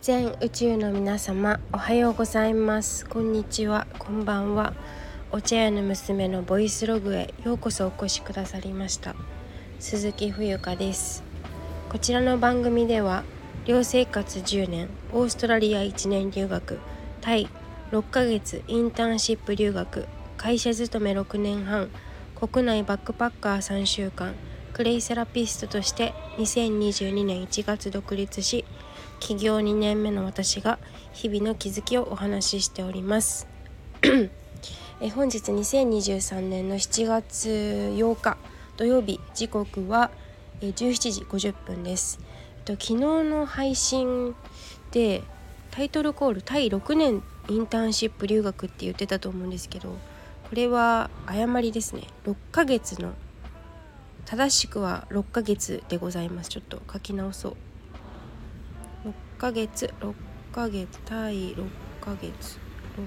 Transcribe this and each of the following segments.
全宇宙の皆様、おはようございます。こんにちは、こんばんは。お茶屋の娘のボイスログへようこそお越しくださりました。鈴木冬香です。こちらの番組では寮生活10年、オーストラリア1年留学、タイ6ヶ月インターンシップ留学、会社勤め6年半、国内バックパッカー3週間、クレイセラピストとして2022年1月独立し、起業2年目の私が日々の気づきをお話ししております本日2023年の7月8日土曜日、時刻は17時50分です。昨日の配信でタイトルコールタイ6年インターンシップ留学って言ってたと思うんですけど、これは誤りですね。6ヶ月の正しくは6ヶ月でございます。ちょっと書き直そう。6ヶ月タイ6ヶ月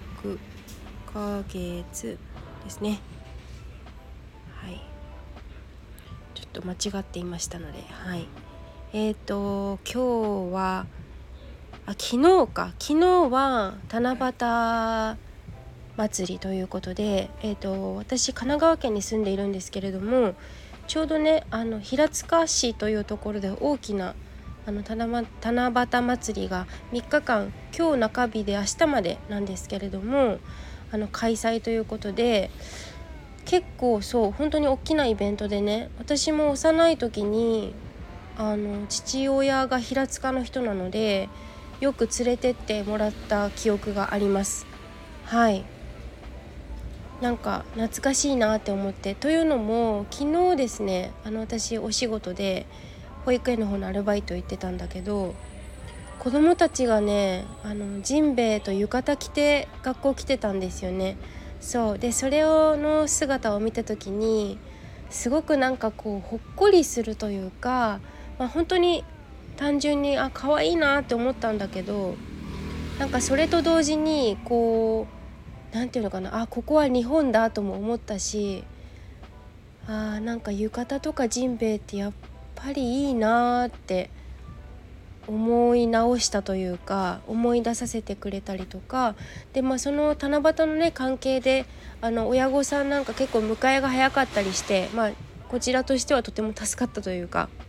6ヶ月ですね。はい、ちょっと間違っていましたので、はい。今日は昨日は七夕祭りということで、私神奈川県に住んでいるんですけれども、ちょうどね平塚市というところで大きな七夕祭りが3日間、今日中日で明日までなんですけれども、開催ということで、結構本当に大きなイベントでね、私も幼い時に父親が平塚の人なのでよく連れてってもらった記憶があります。はい、なんか懐かしいなって思って、というのも昨日ですね、私お仕事で保育園の方のアルバイト行ってたんだけど、子供たちがねジンベエと浴衣着て学校来てたんですよね。そうで、それの姿を見た時にすごくなんかほっこりするというか、本当に単純に可愛いなって思ったんだけど、なんかそれと同時になんていうのかな、ここは日本だとも思ったし、なんか浴衣とかジンベエってやっぱりいいなって思い直したというか、思い出させてくれたりとかで、その七夕のね関係で親御さんなんか結構迎えが早かったりして、こちらとしてはとても助かったというか、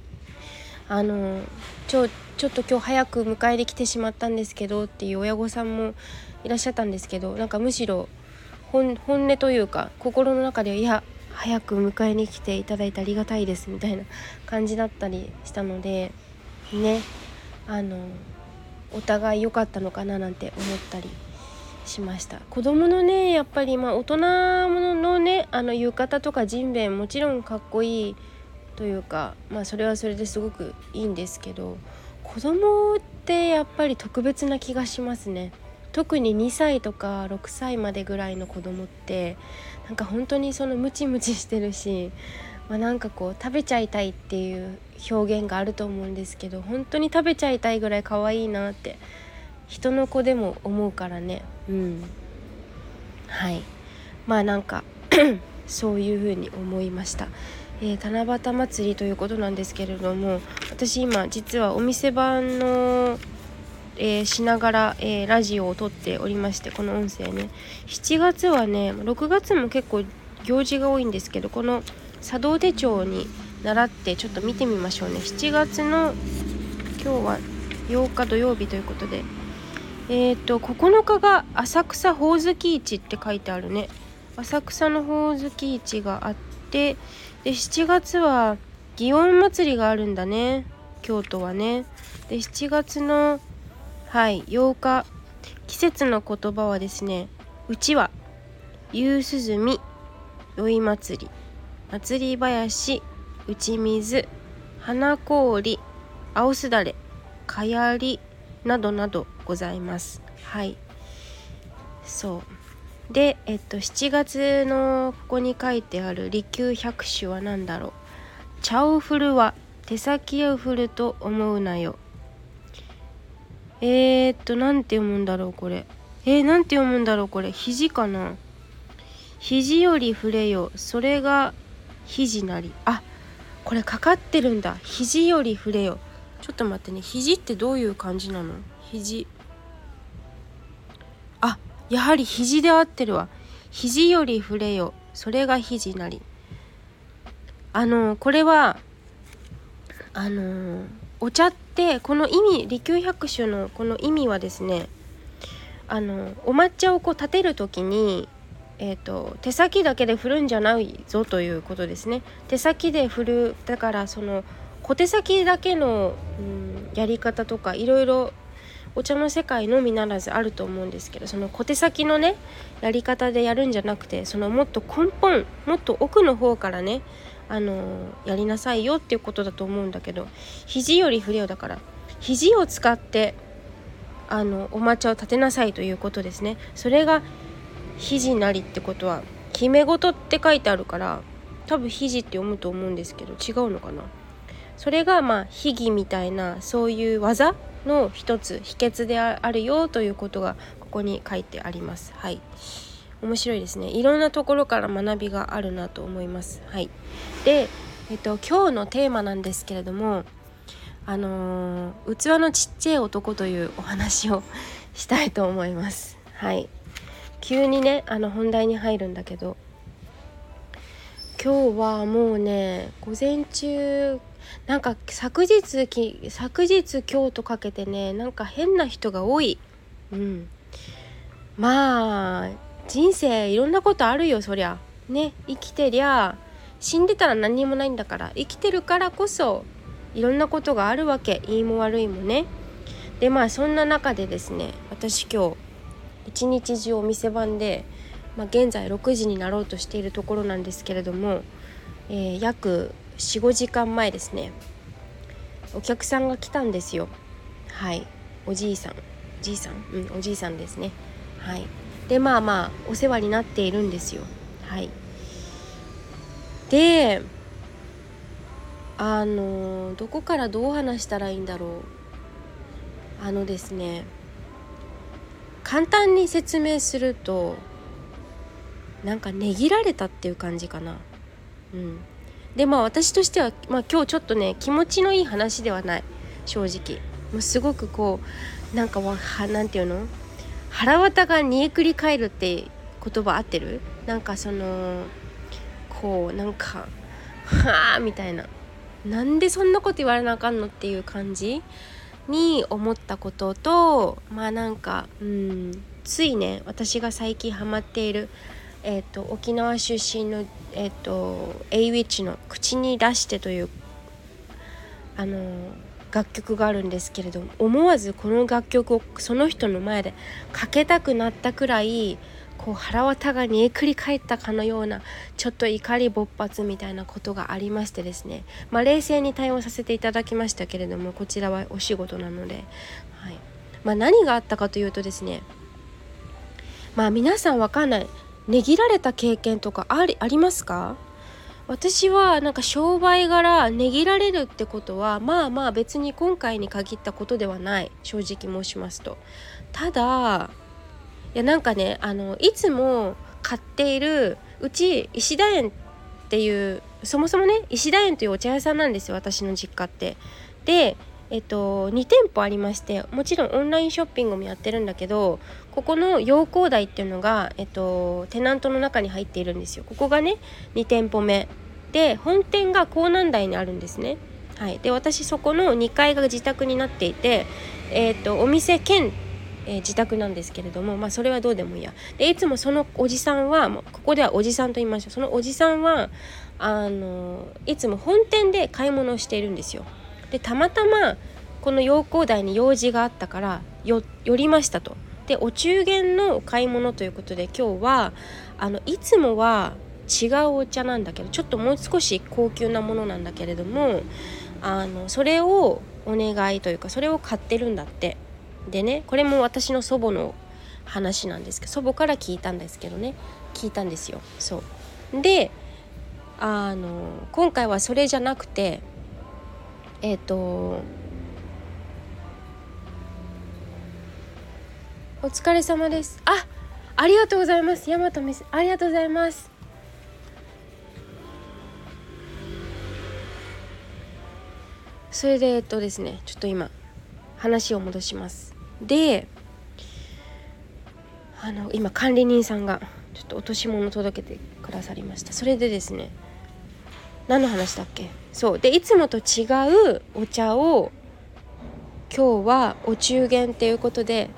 ちょっと今日早く迎えに来てしまったんですけどっていう親御さんもいらっしゃったんですけど、なんかむしろ本音というか心の中でいや早く迎えに来ていただいてありがたいですみたいな感じだったりしたのでね、お互い良かったのかななんて思ったりしました。子供のねやっぱり大人のね浴衣とかジンベエもちろんかっこいいというか、それはそれですごくいいんですけど、子供ってやっぱり特別な気がしますね。特に2歳とか6歳までぐらいの子供ってなんか本当にムチムチしてるし、なんか食べちゃいたいっていう表現があると思うんですけど、本当に食べちゃいたいぐらい可愛いなって人の子でも思うからね。はい、なんかそういう風に思いました。七夕祭りということなんですけれども、私今実はお店番のしながら、ラジオを撮っておりまして、この音声ね、7月はね6月も結構行事が多いんですけど、この茶道手帳に習ってちょっと見てみましょうね。7月の今日は8日土曜日ということで、9日が浅草ほおずき市って書いてあるね。浅草のほおずき市があって、で7月は祇園祭りがあるんだね、京都はね。で7月の8日、季節の言葉はですね、うちわ、夕涼み、宵祭り、祭り林、打ち水、花氷、青すだれ、かやりなどなどございます。そうで、7月のここに書いてある利休百首は何だろう。茶を振るは手先を振ると思うなよ。なんて読むんだろうこれ。なんて読むんだろうこれ。肘かな。肘より触れよ、それが肘なり。これかかってるんだ。肘より触れよ。ちょっと待ってね、肘ってどういう感じなの？ 肘、あ、やはり肘で合ってるわ。肘より触れよ、それが肘なり。これはお茶ってこの意味、利休百種のこの意味はですね、お抹茶をこう立てるときに、手先だけで振るんじゃないぞということですね。手先で振る、だからその小手先だけの、やり方とかいろいろお茶の世界のみならずあると思うんですけど、その小手先のねやり方でやるんじゃなくて、そのもっと根本、もっと奥の方からねやりなさいよっていうことだと思うんだけど、肘より触れよだから肘を使ってお抹茶を立てなさいということですね。それが肘なりってことは、決め事って書いてあるから多分肘って読むと思うんですけど、違うのかな。それが秘技みたいな、そういう技の一つ、秘訣であるよということがここに書いてあります。はい、面白いですね。いろんなところから学びがあるなと思います。はい。で、今日のテーマなんですけれども、器のちっちゃい男というお話をしたいと思います。はい。急にね本題に入るんだけど、今日はもうね午前中なんか昨日今日とかけてね、なんか変な人が多い。まあ人生いろんなことあるよ、そりゃね。生きてりゃ、死んでたら何にもないんだから、生きてるからこそいろんなことがあるわけ、いいも悪いもね。でそんな中でですね、私今日一日中お店番で、現在6時になろうとしているところなんですけれども、約 4,5 時間前ですね、お客さんが来たんですよ。はい、おじいさんですね。はい。でお世話になっているんですよ。はい。でどこからどう話したらいいんだろう。ですね、簡単に説明すると、なんかねぎられたっていう感じかな。で私としては、今日ちょっとね気持ちのいい話ではない、正直。もうすごくこうなんていうの、腹渡が煮えくり返るって言葉合ってる？なんかこうなんかはぁみたいな、なんでそんなこと言われなあかんのっていう感じに思ったことと、ついね、私が最近ハマっている沖縄出身のエイウィッチの口に出してという楽曲があるんですけれども、思わずこの楽曲をその人の前でかけたくなったくらい、こう腹渡が煮えくり返ったかのような、ちょっと怒り勃発みたいなことがありましてですね、冷静に対応させていただきましたけれども、こちらはお仕事なので、はい。何があったかというとですね、皆さんわかんない、ねぎられた経験とかありますか？私はなんか商売柄ねぎられるってことは別に今回に限ったことではない、正直申しますと。ただいやなんかね、いつも買っているうち石田園っていう、そもそもね石田園というお茶屋さんなんですよ、私の実家って。で2店舗ありまして、もちろんオンラインショッピングもやってるんだけど、ここの陽光台っていうのが、テナントの中に入っているんですよ。ここがね2店舗目で、本店が港南台にあるんですね。はい。で私そこの2階が自宅になっていて、お店兼自宅なんですけれども、それはどうでもいいや。でいつもそのおじさんは、ここではおじさんと言いましょう。そのおじさんはいつも本店で買い物をしているんですよ。でたまたまこの陽光台に用事があったから寄りましたと。でお中元の買い物ということで、今日はいつもは違うお茶なんだけど、ちょっともう少し高級なものなんだけれども、それをお願いというか、それを買ってるんだって。でね、これも私の祖母の話なんですけど、祖母から聞いたんですよ。そうで今回はそれじゃなくて、お疲れ様です。ありがとうございます。大和ミス、ありがとうございます。それでですね、ちょっと今話を戻します。 で今管理人さんがちょっと落とし物届けてくださりました。それでですね、何の話だっけ。そうで、いつもと違うお茶を今日はお中元っていうことで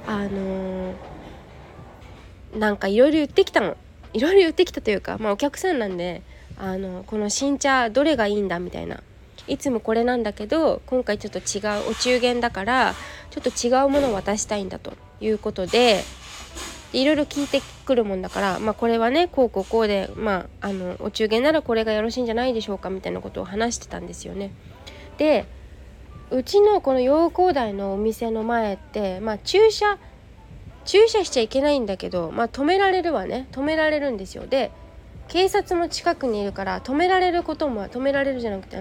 なんかいろいろ言ってきたの。いろいろ言ってきたというか、お客さんなんでこの新茶どれがいいんだみたいな、いつもこれなんだけど今回ちょっと違うお中元だからちょっと違うものを渡したいんだということで、いろいろ聞いてくるもんだから、これはねこうで、お中元ならこれがよろしいんじゃないでしょうかみたいなことを話してたんですよね。でうちのこの陽光台のお店の前って、駐車しちゃいけないんだけど、止められるんですよ。で警察も近くにいるから止められるじゃなくて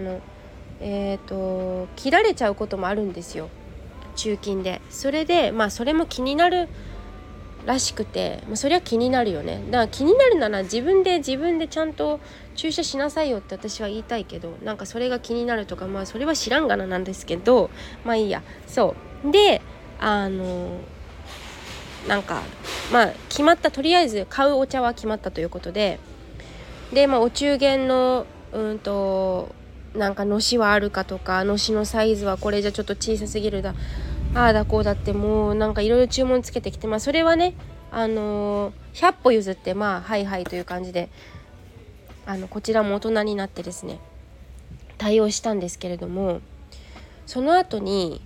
切られちゃうこともあるんですよ、駐禁で。それでそれも気になるらしくて、そりゃ気になるよね。だから気になるなら自分でちゃんと駐車しなさいよって私は言いたいけど、なんかそれが気になるとかそれは知らんがななんですけど、いいや。そうでなんか決まった、とりあえず買うお茶は決まったということで、お中元のなんかのしはあるかとか、のしのサイズはこれじゃちょっと小さすぎるだ、ああだこうだって、もうなんかいろいろ注文つけてきて、それはね100歩譲ってはいはいという感じでこちらも大人になってですね対応したんですけれども、その後に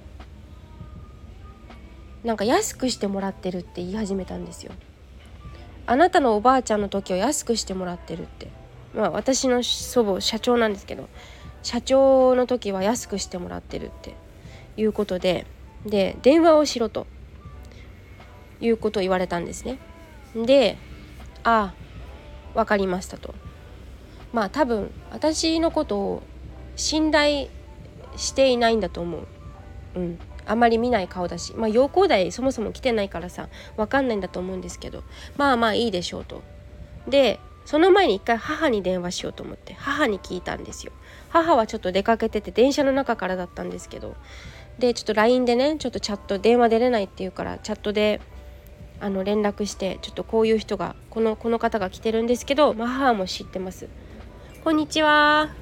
なんか安くしてもらってるって言い始めたんですよ。あなたのおばあちゃんの時は安くしてもらってるって、私の祖母社長なんですけど、社長の時は安くしてもらってるっていうことで、電話をしろということを言われたんですね。で分かりましたと。多分私のことを信頼していないんだと思う。あまり見ない顔だし、陽光台そもそも来てないからさ分かんないんだと思うんですけど、いいでしょうと。でその前に一回母に電話しようと思って母に聞いたんですよ。母はちょっと出かけてて電車の中からだったんですけど、でちょっと LINE でねちょっとチャット、電話出れないっていうからチャットで連絡して、ちょっとこういう人がこの方が来てるんですけど、母も知ってます。こんにちは。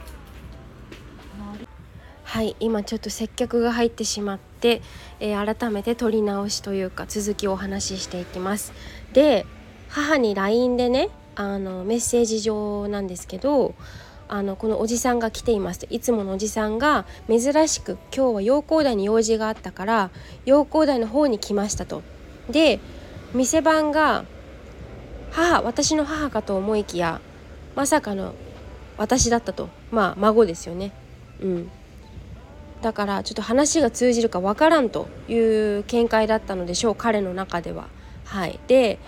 はい、今ちょっと接客が入ってしまって、改めて取り直しというか続きをお話ししていきます。で母に LINE でねメッセージ上なんですけど、このおじさんが来ていますと、いつものおじさんが珍しく今日は陽光台に用事があったから陽光台の方に来ましたと。で店番が私の母かと思いきやまさかの私だったと。孫ですよね。だからちょっと話が通じるかわからんという見解だったのでしょう、彼の中では。で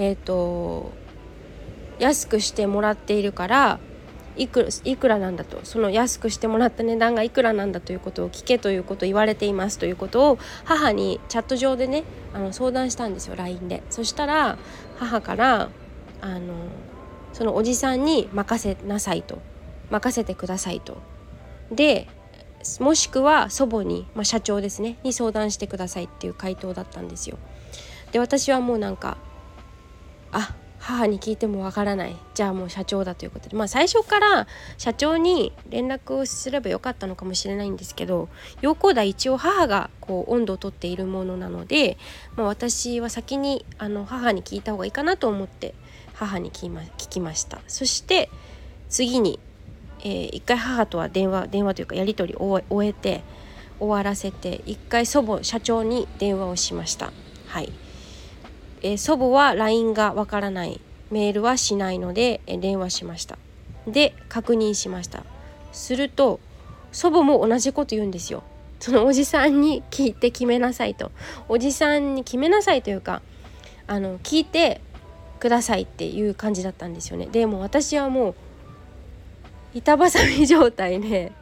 安くしてもらっているからいくらなんだと、その安くしてもらった値段がいくらなんだということを聞けということを言われていますということを母にチャット上でね相談したんですよ、 LINE で。そしたら母からそのおじさんに任せてくださいと。でもしくは祖母に、社長ですねに相談してくださいっていう回答だったんですよ。で私はもうなんか母に聞いてもわからない、じゃあもう社長だということで、最初から社長に連絡をすればよかったのかもしれないんですけど、陽光台一応母が温度をとっているものなので、私は先に母に聞いた方がいいかなと思って母に聞きました。そして次に一回母とは電話というかやり取りを終わらせて、一回社長に電話をしました。祖母は LINE がわからない、メールはしないので電話しました。で確認しました。すると祖母も同じこと言うんですよ。そのおじさんに聞いて決めなさいと、おじさんに決めなさいというか聞いてくださいっていう感じだったんですよね。でも私はもう板挟み状態で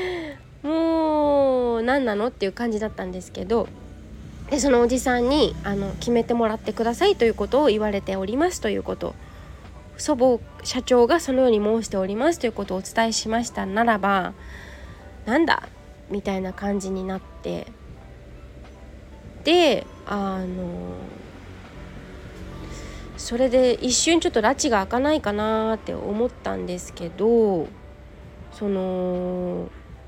もう何なのっていう感じだったんですけど、でそのおじさんに決めてもらってくださいということを言われておりますということ、祖母社長がそのように申しておりますということをお伝えしましたならば、なんだみたいな感じになって、 でそれで一瞬ちょっと拉致が開かないかなって思ったんですけど、その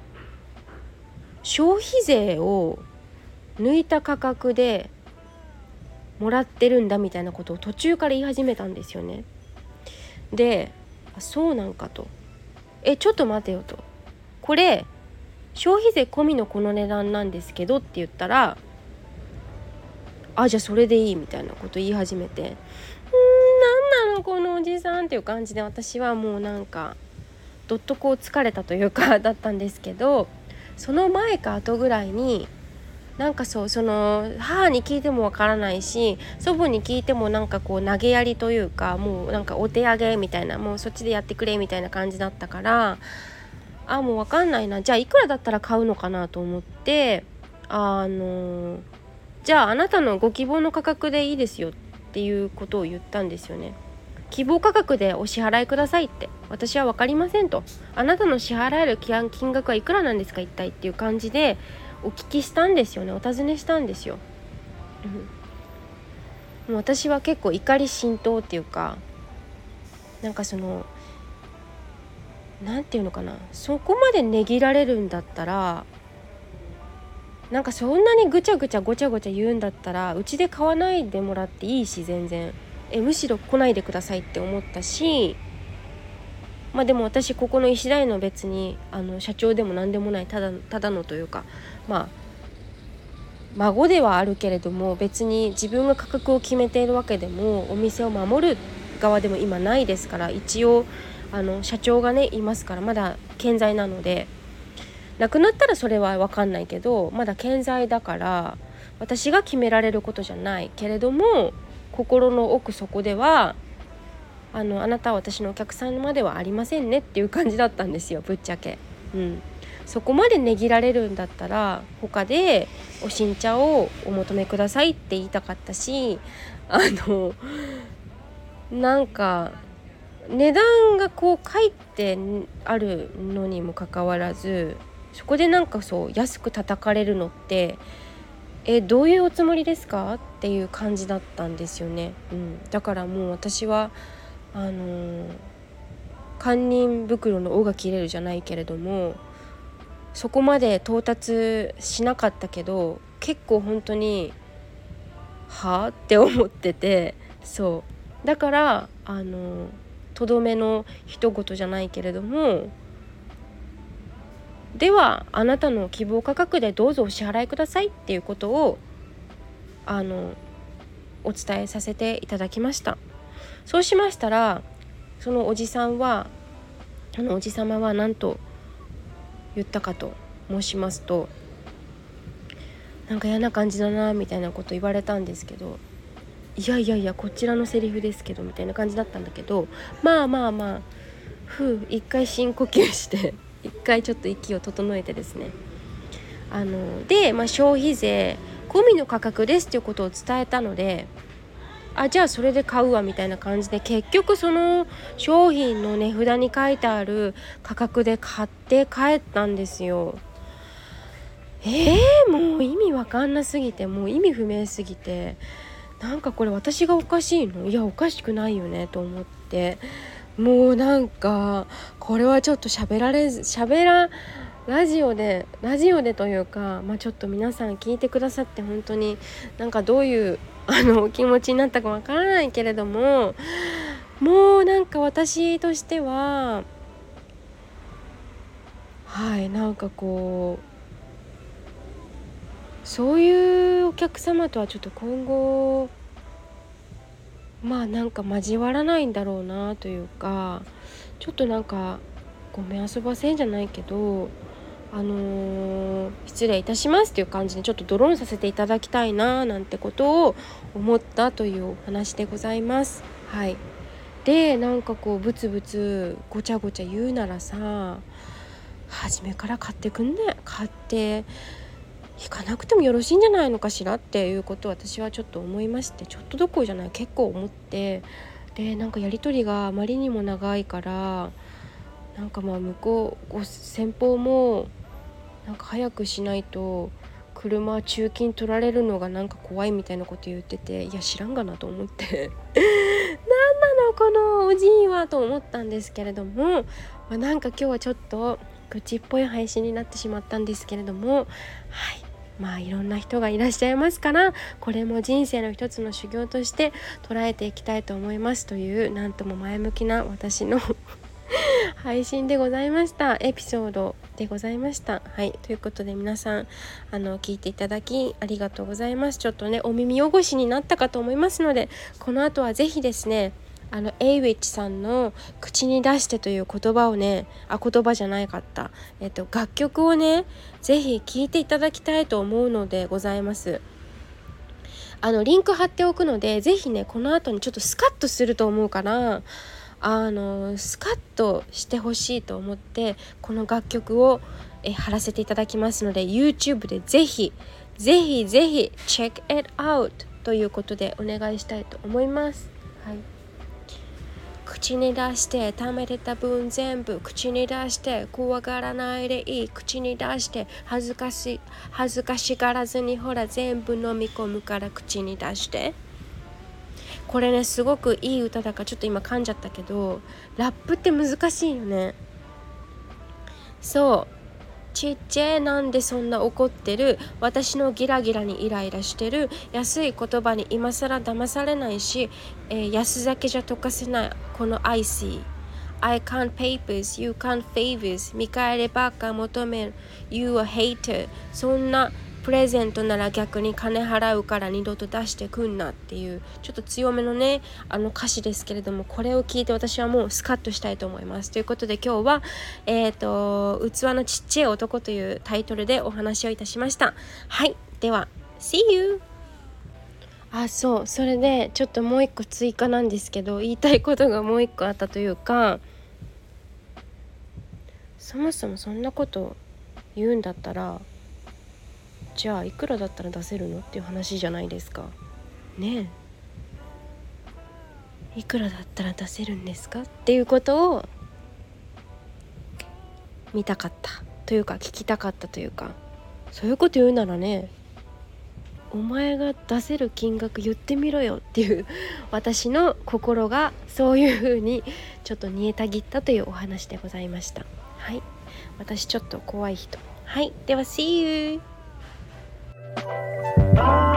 消費税を抜いた価格でもらってるんだみたいなことを途中から言い始めたんですよね。で、そうなんかと、ちょっと待てよと、これ消費税込みのこの値段なんですけどって言ったら、じゃあそれでいいみたいなこと言い始めて、なんなのこのおじさんっていう感じで、私はもうなんかどっとこう疲れたというかだったんですけど、その前か後ぐらいになんかその母に聞いてもわからないし、祖母に聞いてもなんかこう投げやりというか、もうなんかお手上げみたいな、もうそっちでやってくれみたいな感じだったから、もうわかんないな、じゃあいくらだったら買うのかなと思って、じゃああなたのご希望の価格でいいですよっていうことを言ったんですよね。希望価格でお支払いくださいって、私は分かりませんと、あなたの支払える金額はいくらなんですか一体っていう感じでお聞きしたんですよね。お尋ねしたんですよ。もう私は結構怒り心頭っていうか、なんかなんていうのかな、そこまで値切られるんだったら、なんかそんなにぐちゃぐちゃごちゃごちゃ言うんだったらうちで買わないでもらっていいし、全然むしろ来ないでくださいって思ったし、でも私ここの医師大の別に社長でも何でもない、ただのというか、孫ではあるけれども、別に自分が価格を決めているわけでもお店を守る側でも今ないですから、一応社長がねいますから、まだ健在なので、亡くなったらそれは分かんないけど、まだ健在だから私が決められることじゃないけれども、心の奥底ではあなたは私のお客様ではありませんねっていう感じだったんですよ、ぶっちゃけ。そこまで値切られるんだったら他でお新茶をお求めくださいって言いたかったし、なんか値段がこう書いてあるのにもかかわらず、そこでなんかそう安く叩かれるのってどういうおつもりですかっていう感じだったんですよね。だからもう私は堪忍袋の緒が切れるじゃないけれども、そこまで到達しなかったけど結構本当にはぁって思ってて、そうだからとどめの一言じゃないけれども、ではあなたの希望価格でどうぞお支払いくださいっていうことをお伝えさせていただきました。そうしましたら、そのおじさんはおじさまは何と言ったかと申しますと、なんか嫌な感じだなみたいなこと言われたんですけど、いやこちらのセリフですけどみたいな感じだったんだけど、一回深呼吸して一回ちょっと息を整えてですね、消費税込みの価格ですっていうことを伝えたので、じゃあそれで買うわみたいな感じで、結局その商品の値札に書いてある価格で買って帰ったんですよ。もう意味わかんなすぎて、もう意味不明すぎて、なんかこれ私がおかしいの？いやおかしくないよねと思って、もうなんかこれはちょっとラジオでというか、ちょっと皆さん聞いてくださって本当になんかどういうお気持ちになったかわからないけれども、もうなんか私としてはなんかこうそういうお客様とはちょっと今後なんか交わらないんだろうなというか、ちょっとなんかごめん遊ばせんじゃないけど失礼いたしますという感じでちょっとドローンさせていただきたいななんてことを思ったというお話でございます。でなんかこうブツブツごちゃごちゃ言うならさ、初めから買って引かなくてもよろしいんじゃないのかしらっていうことを私はちょっと思いまして、ちょっとどころじゃない結構思って、でなんかやり取りがあまりにも長いから、なんか向こう先方もなんか早くしないと車中金取られるのがなんか怖いみたいなこと言ってて、いや知らんがなと思って何なのこのおじいはと思ったんですけれども、なんか今日はちょっと愚痴っぽい配信になってしまったんですけれども、いろんな人がいらっしゃいますから、これも人生の一つの修行として捉えていきたいと思いますという、なんとも前向きな私の配信でございました。エピソードでございました。ということで皆さん聞いていただきありがとうございます。ちょっとねお耳汚しになったかと思いますので、この後はぜひですねエイウィッチさんの口に出してという言葉をね、言葉じゃないかった、楽曲をねぜひ聴いていただきたいと思うのでございます。リンク貼っておくので、ぜひねこの後にちょっとスカッとすると思うからスカッとしてほしいと思ってこの楽曲を貼らせていただきますので、 YouTube でぜひチェック it out ということでお願いしたいと思います。口に出して貯めれた分全部口に出して、怖がらないでいい口に出して、恥ずかしがらずにほら全部飲み込むから口に出して。これねすごくいい歌だからちょっと今噛んじゃったけど、ラップって難しいよね。そうちっちゃいなんでそんな怒ってる、私のギラギラにイライラしてる、安い言葉に今更騙されないし、安酒じゃ溶かせないこのアイシー I can't papers, you can't favors 見返りばっか求める You a hater そんなプレゼントなら逆に金払うから二度と出してくんなっていうちょっと強めのね歌詞ですけれども、これを聞いて私はもうスカッとしたいと思います。ということで今日は器のちっちゃい男というタイトルでお話をいたしました。では See you。 それでちょっともう一個追加なんですけど、言いたいことがもう一個あったというか、そもそもそんなこと言うんだったらじゃあいくらだったら出せるのっていう話じゃないですかね。いくらだったら出せるんですかっていうことを見たかったというか聞きたかったというか、そういうこと言うならねお前が出せる金額言ってみろよっていう私の心がそういう風にちょっと煮えたぎったというお話でございました。私ちょっと怖い人。では See you。